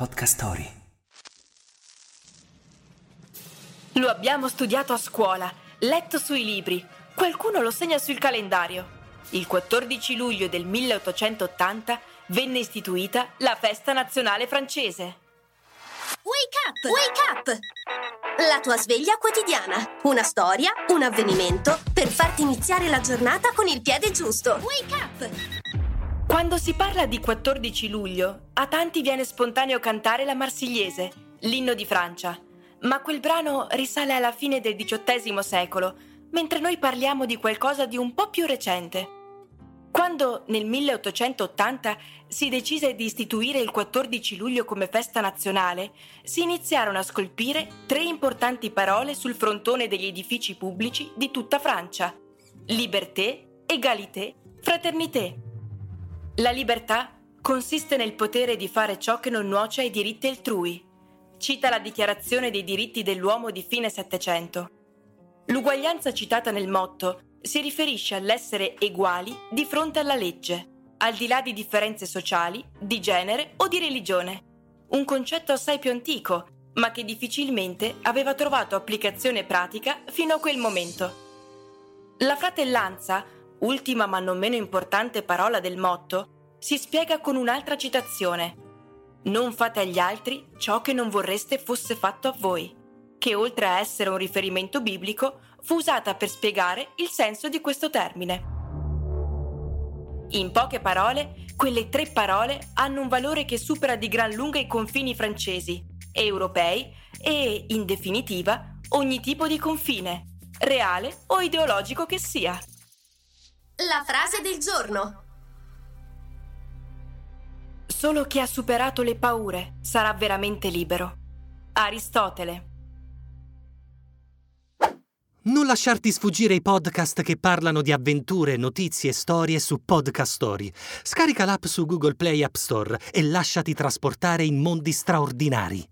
Podcast Story. Lo abbiamo studiato a scuola, letto sui libri, qualcuno lo segna sul calendario. Il 14 luglio del 1880 venne istituita la festa nazionale francese. Wake up! La tua sveglia quotidiana. Una storia, un avvenimento per farti iniziare la giornata con il piede giusto. Wake up! Quando si parla di 14 luglio, a tanti viene spontaneo cantare la Marsigliese, l'inno di Francia. Ma quel brano risale alla fine del XVIII secolo, mentre noi parliamo di qualcosa di un po' più recente. Quando nel 1880 si decise di istituire il 14 luglio come festa nazionale, si iniziarono a scolpire 3 importanti parole sul frontone degli edifici pubblici di tutta Francia: liberté, égalité, fraternité. La libertà consiste nel potere di fare ciò che non nuoce ai diritti altrui, cita la Dichiarazione dei diritti dell'uomo di fine Settecento. L'uguaglianza citata nel motto si riferisce all'essere eguali di fronte alla legge, al di là di differenze sociali, di genere o di religione. Un concetto assai più antico, ma che difficilmente aveva trovato applicazione pratica fino a quel momento. La fratellanza, ultima ma non meno importante parola del motto, si spiega con un'altra citazione: «Non fate agli altri ciò che non vorreste fosse fatto a voi», che oltre a essere un riferimento biblico, fu usata per spiegare il senso di questo termine. In poche parole, quelle 3 parole hanno un valore che supera di gran lunga i confini francesi, europei e, in definitiva, ogni tipo di confine, reale o ideologico che sia. La frase del giorno. Solo chi ha superato le paure sarà veramente libero. Aristotele. Non lasciarti sfuggire i podcast che parlano di avventure, notizie e storie su Podcast Story. Scarica l'app su Google Play App Store e lasciati trasportare in mondi straordinari.